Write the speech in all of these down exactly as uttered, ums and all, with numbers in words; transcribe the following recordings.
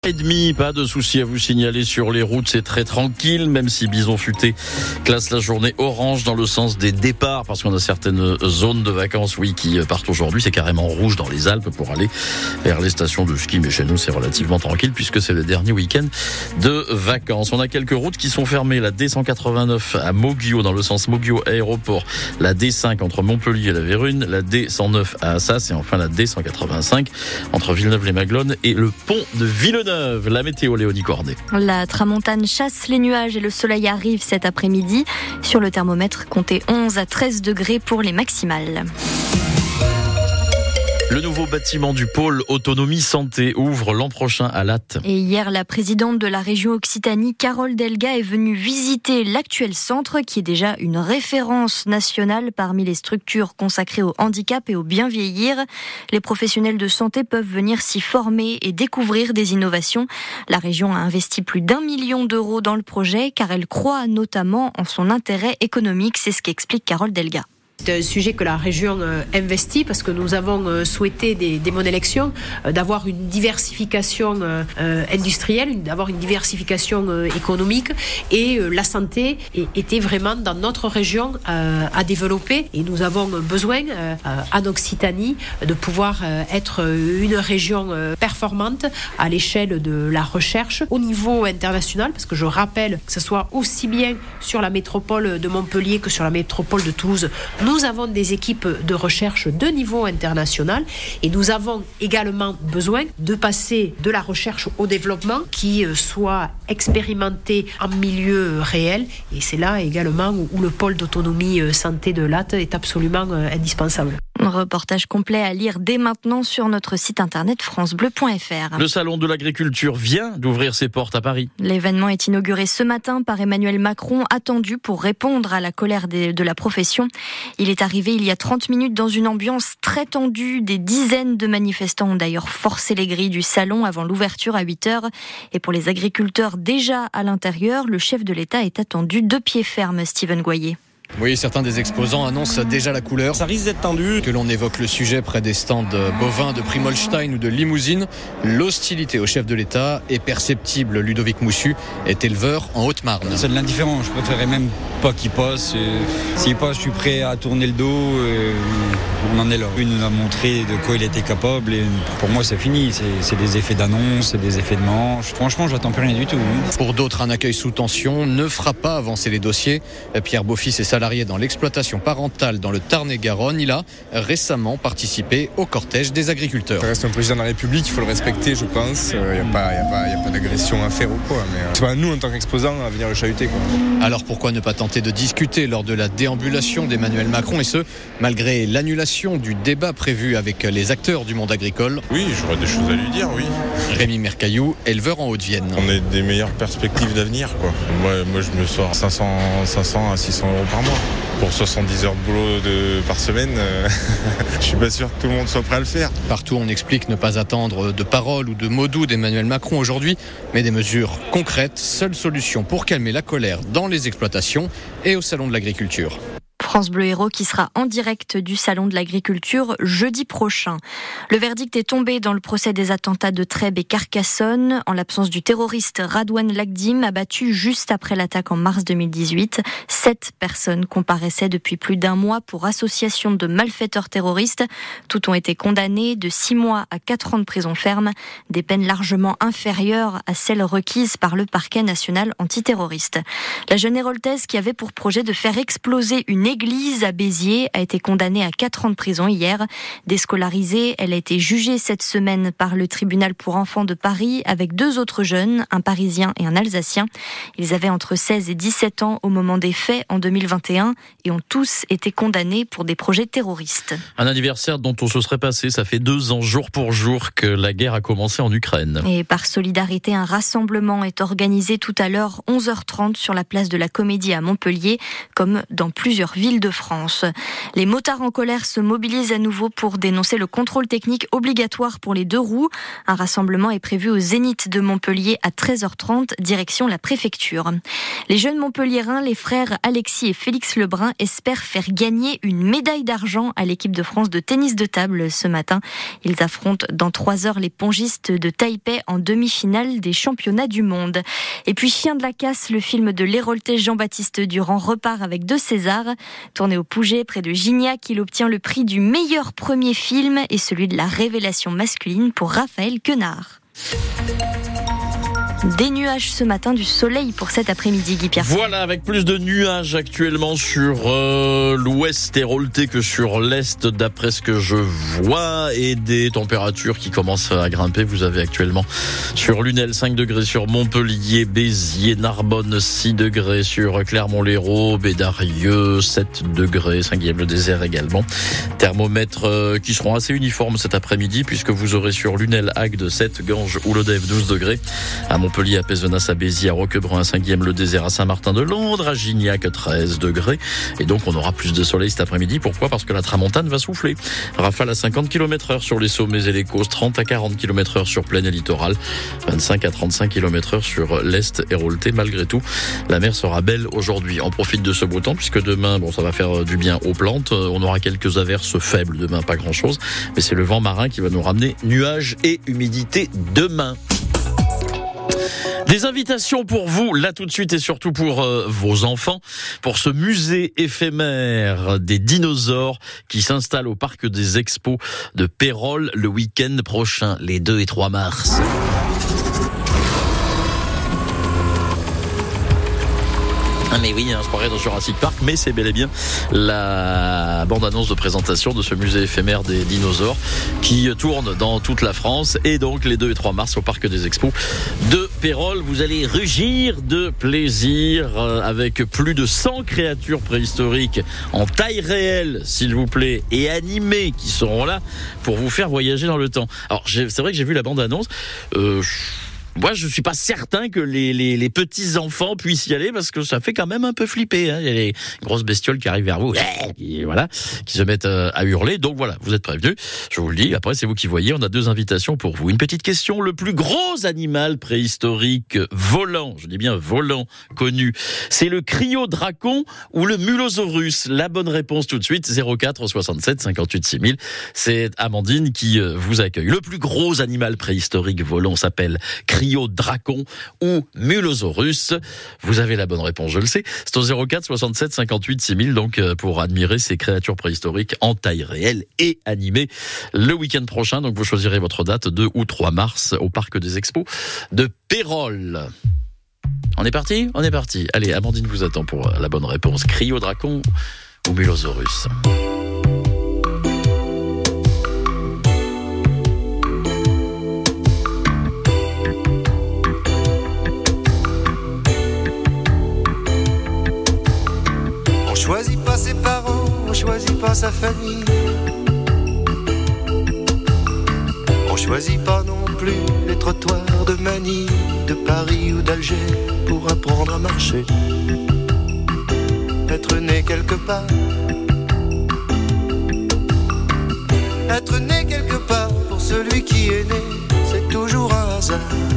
Et demi, pas de souci à vous signaler sur les routes, c'est très tranquille, même si Bison Futé classe la journée orange dans le sens des départs, parce qu'on a certaines zones de vacances, oui, qui partent aujourd'hui. C'est carrément rouge dans les Alpes pour aller vers les stations de ski, mais chez nous, c'est relativement tranquille puisque c'est le dernier week-end de vacances. On a quelques routes qui sont fermées, la D cent quatre-vingt-neuf à Moguio, dans le sens Moguio aéroport, la D cinq entre Montpellier et la Vérune, la D cent neuf à Assas et enfin la D cent quatre-vingt-cinq entre Villeneuve-les-Maglones et le pont de Villeneuve. La météo, Léonie Cordet. La tramontane chasse les nuages et le soleil arrive cet après-midi. Sur le thermomètre, comptez onze à treize degrés pour les maximales. Le nouveau bâtiment du pôle autonomie santé ouvre l'an prochain à Latte. Et hier, la présidente de la région Occitanie, Carole Delga, est venue visiter l'actuel centre qui est déjà une référence nationale parmi les structures consacrées au handicap et au bien vieillir. Les professionnels de santé peuvent venir s'y former et découvrir des innovations. La région a investi plus d'un million d'euros dans le projet car elle croit notamment en son intérêt économique. C'est ce qu'explique Carole Delga. C'est un sujet que la région investit parce que nous avons souhaité dès, dès mon élection d'avoir une diversification industrielle, d'avoir une diversification économique et la santé était vraiment dans notre région à développer et nous avons besoin en Occitanie de pouvoir être une région performante à l'échelle de la recherche au niveau international parce que je rappelle que ce soit aussi bien sur la métropole de Montpellier que sur la métropole de Toulouse. Nous Nous avons des équipes de recherche de niveau international et nous avons également besoin de passer de la recherche au développement qui soit expérimenté en milieu réel et c'est là également où le pôle d'autonomie santé de Latte est absolument indispensable. Un reportage complet à lire dès maintenant sur notre site internet francebleu point f r. Le salon de l'agriculture vient d'ouvrir ses portes à Paris. L'événement est inauguré ce matin par Emmanuel Macron, attendu pour répondre à la colère des, de la profession. Il est arrivé il y a trente minutes dans une ambiance très tendue. Des dizaines de manifestants ont d'ailleurs forcé les grilles du salon avant l'ouverture à huit heures. Et pour les agriculteurs déjà à l'intérieur, le chef de l'État est attendu de pied ferme, Steven Goyer. Oui, certains des exposants annoncent déjà la couleur. Ça risque d'être tendu. Que l'on évoque le sujet près des stands bovins de Primolstein ou de Limousine, l'hostilité au chef de l'État est perceptible. Ludovic Moussu est éleveur en Haute-Marne. C'est de l'indifférent. Je préférerais même pas qu'il passe. S'il passe, je suis prêt à tourner le dos. On en est là. Il nous a montré de quoi il était capable. Et pour moi, c'est fini. C'est, c'est des effets d'annonce, c'est des effets de manche. Franchement, j'attends plus rien du tout. Pour d'autres, un accueil sous tension ne fera pas avancer les dossiers. Pierre Beaufils est salarié dans l'exploitation parentale dans le Tarn-et-Garonne. Il a récemment participé au cortège des agriculteurs. Ça reste un président de la République, il faut le respecter, je pense. Il n'y a pas, y a pas, y a pas d'agression à faire ou quoi. Mais c'est pas à nous, en tant qu'exposants, à venir le chahuter, quoi. Alors pourquoi ne pas tenter de discuter lors de la déambulation d'Emmanuel Macron, et ce, malgré l'annulation du débat prévu avec les acteurs du monde agricole? Oui, j'aurais des choses à lui dire, oui. Rémi Mercaillou, éleveur en Haute-Vienne. On a des meilleures perspectives d'avenir, quoi. Moi, moi je me sors cinq cents à six cents euros par mois. Pour soixante-dix heures de boulot de, par semaine, euh, je suis pas sûr que tout le monde soit prêt à le faire. Partout, on explique ne pas attendre de paroles ou de mots doux d'Emmanuel Macron aujourd'hui, mais des mesures concrètes, seule solution pour calmer la colère dans les exploitations et au salon de l'agriculture. France Bleu Héros qui sera en direct du Salon de l'Agriculture jeudi prochain. Le verdict est tombé dans le procès des attentats de Trèbes et Carcassonne. En l'absence du terroriste Radouane Lagdim, abattu juste après l'attaque en mars deux mille dix-huit. Sept personnes comparaissaient depuis plus d'un mois pour association de malfaiteurs terroristes. Toutes ont été condamnées de six mois à quatre ans de prison ferme, des peines largement inférieures à celles requises par le parquet national antiterroriste. La jeune héroltaise qui avait pour projet de faire exploser une église L'église à Béziers a été condamnée à quatre ans de prison hier. Déscolarisée, elle a été jugée cette semaine par le tribunal pour enfants de Paris avec deux autres jeunes, un Parisien et un Alsacien. Ils avaient entre seize et dix-sept ans au moment des faits en deux mille vingt et un et ont tous été condamnés pour des projets terroristes. Un anniversaire dont on se serait passé, ça fait deux ans jour pour jour que la guerre a commencé en Ukraine. Et par solidarité, un rassemblement est organisé tout à l'heure onze heures trente sur la place de la Comédie à Montpellier, comme dans plusieurs villes d'Île-de-France. Les motards en colère se mobilisent à nouveau pour dénoncer le contrôle technique obligatoire pour les deux roues. Un rassemblement est prévu au Zénith de Montpellier à treize heures trente, direction la préfecture. Les jeunes Montpelliérains, les frères Alexis et Félix Lebrun, espèrent faire gagner une médaille d'argent à l'équipe de France de tennis de table ce matin. Ils affrontent dans trois heures les pongistes de Taipei en demi-finale des championnats du monde. Et puis Chien de la casse, le film de l'Héraultais Jean-Baptiste Durand repart avec deux Césars. Tourné au Pouget, près de Gignac, il obtient le prix du meilleur premier film et celui de la révélation masculine pour Raphaël Quenard. Des nuages ce matin, du soleil pour cet après-midi, Guy Pierre. Voilà, avec plus de nuages actuellement sur euh, l'ouest héraultais que sur l'est, d'après ce que je vois, et des températures qui commencent à grimper. Vous avez actuellement sur Lunel cinq degrés, sur Montpellier, Béziers, Narbonne six degrés, sur Clermont-Lérault, Bédarieux sept degrés, Saint-Guilhem-le-Désert également. Thermomètres euh, qui seront assez uniformes cet après-midi, puisque vous aurez sur Lunel, Agde sept, Ganges ou Lodève douze degrés, à Montpellier, à Pézenas, à Béziers, à Roquebrun, à Saint-Guilhem-le-Désert, à Saint-Martin-de-Londres, à Gignac treize degrés. Et donc on aura plus de soleil cet après-midi. Pourquoi ? Parce que la tramontane va souffler. Rafale à cinquante kilomètres heure sur les sommets et les côtes, trente à quarante kilomètres heure sur plaine et littoral, vingt-cinq à trente-cinq kilomètres heure sur l'est héraultais. Malgré tout, la mer sera belle aujourd'hui. On profite de ce beau temps puisque demain, bon, ça va faire du bien aux plantes. On aura quelques averses faibles demain, pas grand-chose. Mais c'est le vent marin qui va nous ramener nuages et humidité demain. Des invitations pour vous, là tout de suite, et surtout pour euh, vos enfants, pour ce musée éphémère des dinosaures qui s'installe au parc des Expos de Pérols le week-end prochain, les deux et trois mars. Ah mais oui, hein, je croirais dans Jurassic Park, mais c'est bel et bien la bande-annonce de présentation de ce musée éphémère des dinosaures qui tourne dans toute la France, et donc les deux et trois mars au Parc des Expos de Pérols. Vous allez rugir de plaisir avec plus de cent créatures préhistoriques en taille réelle, s'il vous plaît, et animées qui seront là pour vous faire voyager dans le temps. Alors c'est vrai que j'ai vu la bande-annonce, euh, moi, je suis pas certain que les, les, les petits enfants puissent y aller parce que ça fait quand même un peu flipper. Hein. Il y a les grosses bestioles qui arrivent vers vous, et voilà, qui se mettent à hurler. Donc voilà, vous êtes prévenus. Je vous le dis. Après, c'est vous qui voyez. On a deux invitations pour vous. Une petite question. Le plus gros animal préhistorique volant, je dis bien volant, connu, c'est le cryodracon ou le mulosaurus? La bonne réponse tout de suite, zéro quatre soixante-sept cinquante-huit six mille. C'est Amandine qui vous accueille. Le plus gros animal préhistorique volant s'appelle cryodracon ou mulosaurus. Vous avez la bonne réponse, je le sais. C'est au zéro quatre soixante-sept cinquante-huit six mille, donc pour admirer ces créatures préhistoriques en taille réelle et animées le week-end prochain. Donc vous choisirez votre date, deux ou trois mars, au Parc des Expos de Pérols. On est parti ? On est parti. Allez, Amandine vous attend pour la bonne réponse. Cryodracon ou mulosaurus ? On choisit pas ses parents, on choisit pas sa famille. On choisit pas non plus les trottoirs de Manille, de Paris ou d'Alger pour apprendre à marcher. Être né quelque part, être né quelque part, pour celui qui est né, c'est toujours un hasard.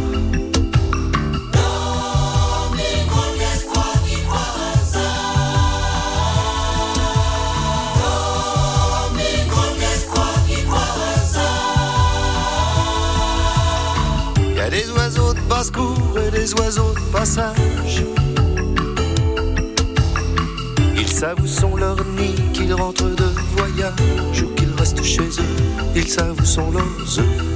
Des oiseaux de basse-cour et des oiseaux de passage. Ils savent où sont leurs nids, qu'ils rentrent de voyage ou qu'ils restent chez eux. Ils savent où sont leurs œufs.